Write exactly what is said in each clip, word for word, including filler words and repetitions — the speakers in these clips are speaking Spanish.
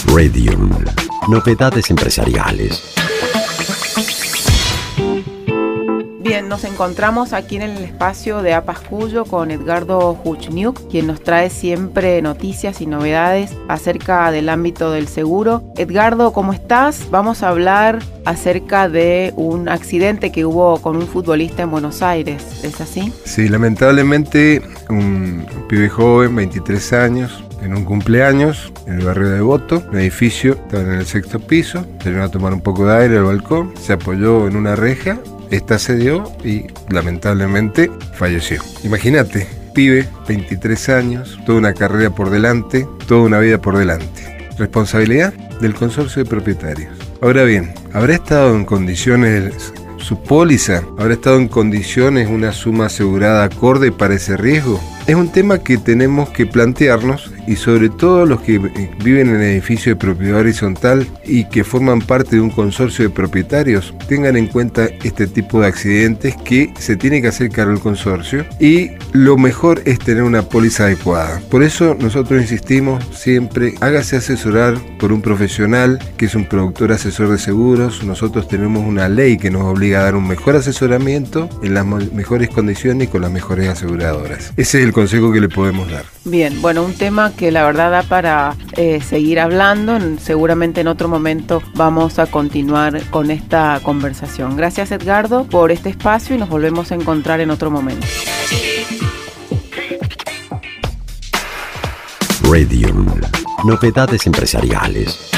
Radium. Novedades empresariales. Bien, nos encontramos aquí en el espacio de APAS Cuyo con Edgardo Huchniuk, quien nos trae siempre noticias y novedades acerca del ámbito del seguro. Edgardo, ¿cómo estás? Vamos a hablar acerca de un accidente que hubo con un futbolista en Buenos Aires, ¿es así? Sí, lamentablemente un pibe joven, veintitrés años, en un cumpleaños en el barrio de Devoto, un edificio, estaban en el sexto piso, salieron a tomar un poco de aire al balcón, se apoyó en una reja, esta se dio y lamentablemente falleció. Imagínate, pibe, veintitrés años, toda una carrera por delante, toda una vida por delante. Responsabilidad del consorcio de propietarios. Ahora bien, ¿habrá estado en condiciones su póliza? ¿Habrá estado en condiciones una suma asegurada acorde para ese riesgo? Es un tema que tenemos que plantearnos, y sobre todo los que viven en el edificio de propiedad horizontal y que forman parte de un consorcio de propietarios, tengan en cuenta este tipo de accidentes que se tiene que hacer cargo el consorcio, y lo mejor es tener una póliza adecuada. Por eso nosotros insistimos siempre, hágase asesorar por un profesional que es un productor asesor de seguros. Nosotros tenemos una ley que nos obliga a dar un mejor asesoramiento en las mejores condiciones y con las mejores aseguradoras. Ese es el consejo que le podemos dar. Bien, bueno, un tema que la verdad da para eh, seguir hablando. Seguramente en otro momento vamos a continuar con esta conversación. Gracias, Edgardo, por este espacio, y nos volvemos a encontrar en otro momento. Radium. Novedades empresariales.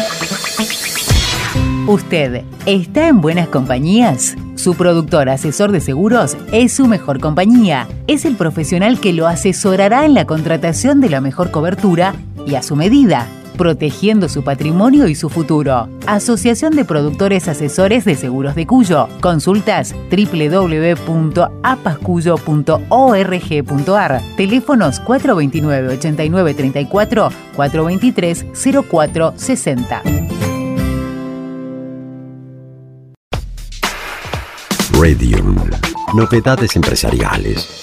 ¿Usted está en buenas compañías? Su productor asesor de seguros es su mejor compañía. Es el profesional que lo asesorará en la contratación de la mejor cobertura y a su medida, protegiendo su patrimonio y su futuro. Asociación de Productores Asesores de Seguros de Cuyo. Consultas doble u doble u doble u punto apascuyo punto org punto ar. Teléfonos cuatro dos nueve, ocho nueve tres cuatro, cuatro dos tres, cero cuatro seis cero. Radium. Novedades empresariales.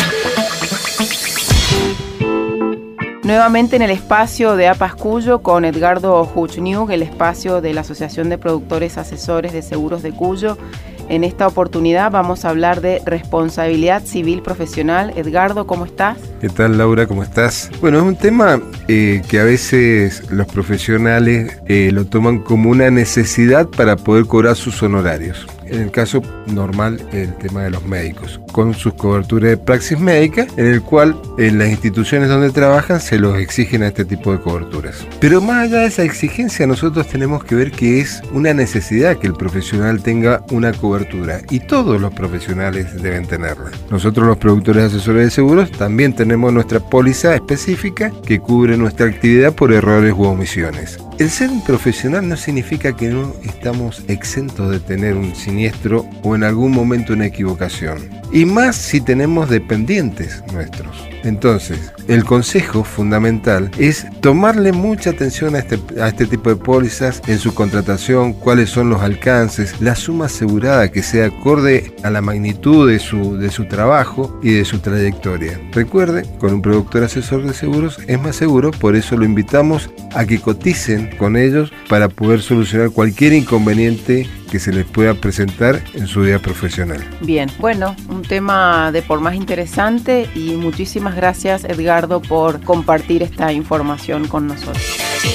Nuevamente en el espacio de APAS Cuyo con Edgardo Huchniuk, el espacio de la Asociación de Productores Asesores de Seguros de Cuyo. En esta oportunidad vamos a hablar de responsabilidad civil profesional. Edgardo, ¿cómo estás? ¿Qué tal, Laura? ¿Cómo estás? Bueno, es un tema eh, que a veces los profesionales eh, lo toman como una necesidad para poder cobrar sus honorarios. En el caso normal, el tema de los médicos, con sus coberturas de praxis médica, en el cual en las instituciones donde trabajan se los exigen a este tipo de coberturas. Pero más allá de esa exigencia, nosotros tenemos que ver que es una necesidad que el profesional tenga una cobertura, y todos los profesionales deben tenerla. Nosotros, los productores asesores de seguros, también tenemos nuestra póliza específica que cubre nuestra actividad por errores u omisiones. El ser un profesional no significa que no estamos exentos de tener un siniestro o en algún momento una equivocación, y más si tenemos dependientes nuestros. Entonces, el consejo fundamental es tomarle mucha atención a este, a este tipo de pólizas en su contratación, cuáles son los alcances, la suma asegurada que sea acorde a la magnitud de su, de su trabajo y de su trayectoria. Recuerde, con un productor asesor de seguros es más seguro, por eso lo invitamos a que coticen con ellos para poder solucionar cualquier inconveniente que se les pueda presentar en su vida profesional. Bien, bueno, un tema de por más interesante, y muchísimas gracias, Edgardo, por compartir esta información con nosotros.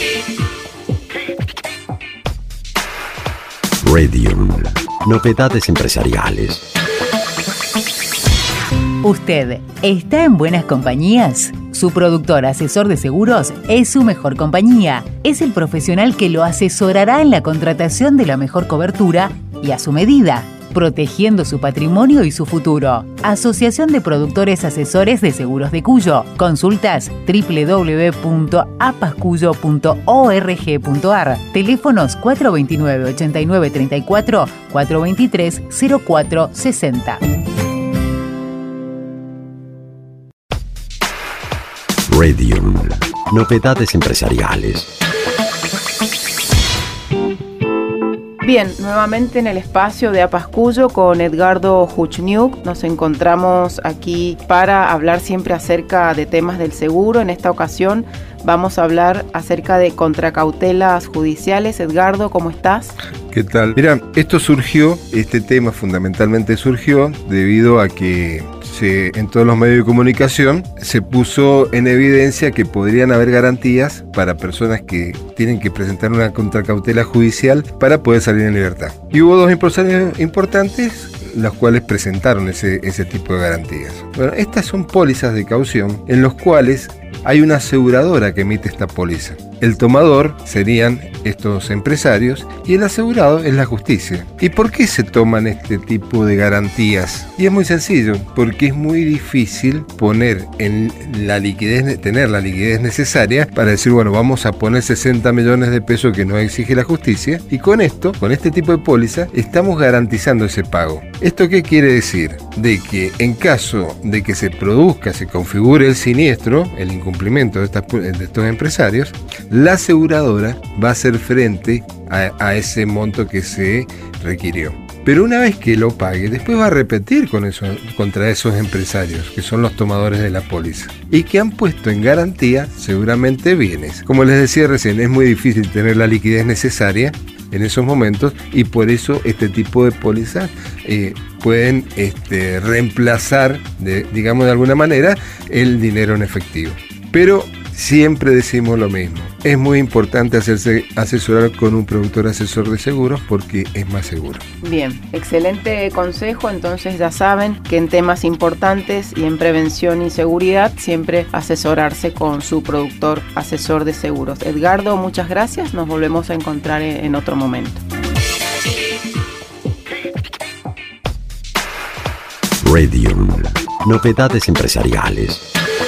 Radium. Novedades empresariales. ¿Usted está en buenas compañías? Su productor asesor de seguros es su mejor compañía. Es el profesional que lo asesorará en la contratación de la mejor cobertura y a su medida, protegiendo su patrimonio y su futuro. Asociación de Productores Asesores de Seguros de Cuyo. Consultas doble u doble u doble u punto apascuyo punto org punto ar. Teléfonos cuatro dos nueve, ocho nueve tres cuatro, cuatro dos tres, cero cuatro seis cero. Radium. Novedades empresariales. Bien, nuevamente en el espacio de APAS Cuyo con Edgardo Huchniuk. Nos encontramos aquí para hablar siempre acerca de temas del seguro. En esta ocasión vamos a hablar acerca de contracautelas judiciales. Edgardo, ¿cómo estás? ¿Qué tal? Mira, esto surgió, este tema fundamentalmente surgió debido a que se, en todos los medios de comunicación se puso en evidencia que podrían haber garantías para personas que tienen que presentar una contracautela judicial para poder salir en libertad. Y hubo dos empresarios importantes los cuales presentaron ese, ese tipo de garantías. Bueno, estas son pólizas de caución en los cuales hay una aseguradora que emite esta póliza. El tomador serían estos empresarios y el asegurado es la justicia. ¿Y por qué se toman este tipo de garantías? Y es muy sencillo, porque es muy difícil poner en la liquidez, tener la liquidez necesaria para decir, bueno, vamos a poner sesenta millones de pesos que nos exige la justicia, y con esto, con este tipo de póliza, estamos garantizando ese pago. ¿Esto qué quiere decir? De que en caso de que se produzca, se configure el siniestro, el incumplimiento de, estas, de estos empresarios, la aseguradora va a hacer frente a, a ese monto que se requirió. Pero una vez que lo pague, después va a repetir con eso, contra esos empresarios, que son los tomadores de la póliza, y que han puesto en garantía seguramente bienes. Como les decía recién, es muy difícil tener la liquidez necesaria en esos momentos, y por eso este tipo de pólizas eh, pueden este, reemplazar, de, digamos de alguna manera, el dinero en efectivo. Pero siempre decimos lo mismo, es muy importante hacerse asesorar con un productor asesor de seguros porque es más seguro. Bien, excelente consejo. Entonces ya saben que en temas importantes y en prevención y seguridad siempre asesorarse con su productor asesor de seguros. Edgardo, muchas gracias, nos volvemos a encontrar en otro momento. Radium. Novedades empresariales.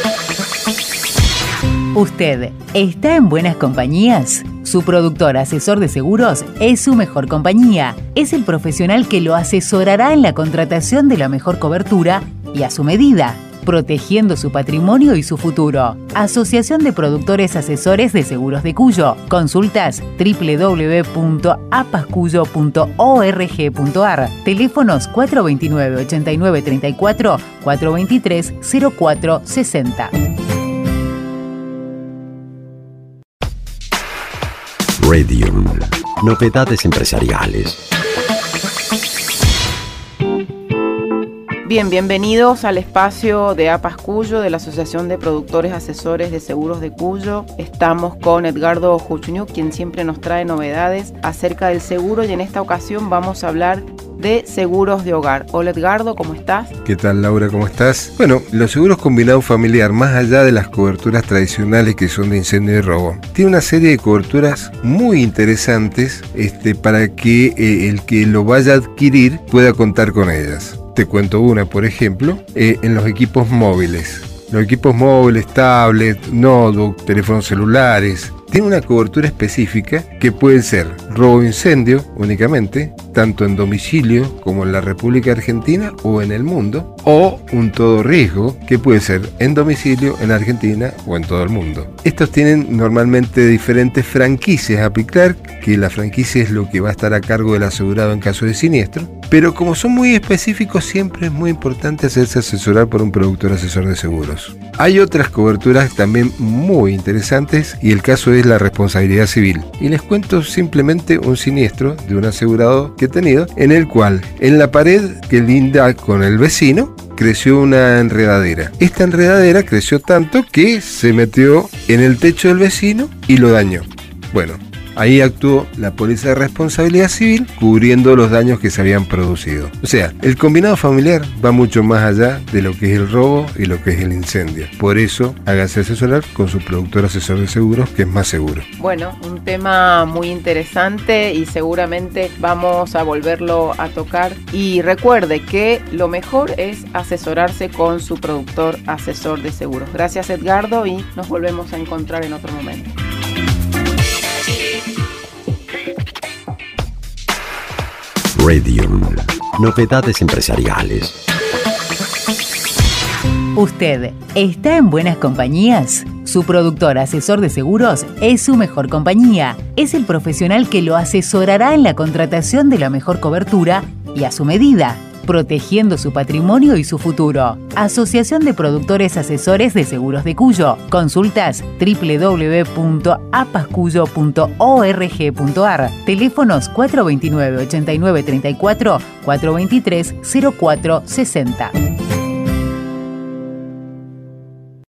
¿Usted está en buenas compañías? Su productor asesor de seguros es su mejor compañía. Es el profesional que lo asesorará en la contratación de la mejor cobertura y a su medida, protegiendo su patrimonio y su futuro. Asociación de Productores Asesores de Seguros de Cuyo. Consultas doble u doble u doble u punto apascuyo punto org punto ar. Teléfonos cuatro dos nueve, ocho nueve tres cuatro, cuatro dos tres, cero cuatro seis cero. Radium. Novedades empresariales. Bien, bienvenidos al espacio de APAS Cuyo, de la Asociación de Productores Asesores de Seguros de Cuyo. Estamos con Edgardo Huchniuk, quien siempre nos trae novedades acerca del seguro, y en esta ocasión vamos a hablar de seguros de hogar. Hola Edgardo, ¿cómo estás? ¿Qué tal Laura? ¿Cómo estás? Bueno, los seguros combinados familiar, más allá de las coberturas tradicionales que son de incendio y robo, tiene una serie de coberturas muy interesantes este, para que eh, el que lo vaya a adquirir pueda contar con ellas. Te cuento una, por ejemplo, eh, en los equipos móviles. Los equipos móviles, tablets, notebook, teléfonos celulares, tiene una cobertura específica que puede ser robo incendio únicamente, tanto en domicilio como en la República Argentina o en el mundo, o un todo riesgo que puede ser en domicilio, en Argentina o en todo el mundo. Estos tienen normalmente diferentes franquicias a aplicar, que la franquicia es lo que va a estar a cargo del asegurado en caso de siniestro, pero como son muy específicos, siempre es muy importante hacerse asesorar por un productor asesor de seguros. Hay otras coberturas también muy interesantes, y el caso es la responsabilidad civil. Y les cuento simplemente un siniestro de un asegurado que he tenido, en el cual en la pared que linda con el vecino creció una enredadera. Esta enredadera creció tanto que se metió en el techo del vecino y lo dañó. Bueno, ahí actuó la póliza de responsabilidad civil cubriendo los daños que se habían producido. O sea, el combinado familiar va mucho más allá de lo que es el robo y lo que es el incendio. Por eso, hágase asesorar con su productor asesor de seguros, que es más seguro. Bueno, un tema muy interesante y seguramente vamos a volverlo a tocar. Y recuerde que lo mejor es asesorarse con su productor asesor de seguros. Gracias Edgardo, y nos volvemos a encontrar en otro momento. Radium. Novedades empresariales. ¿Usted está en buenas compañías? Su productor asesor de seguros es su mejor compañía. Es el profesional que lo asesorará en la contratación de la mejor cobertura y a su medida, protegiendo su patrimonio y su futuro. Asociación de Productores Asesores de Seguros de Cuyo. Consultas doble u doble u doble u punto apascuyo punto org punto ar. Teléfonos cuatro dos nueve, ocho nueve tres cuatro, cuatro dos tres, cero cuatro seis cero.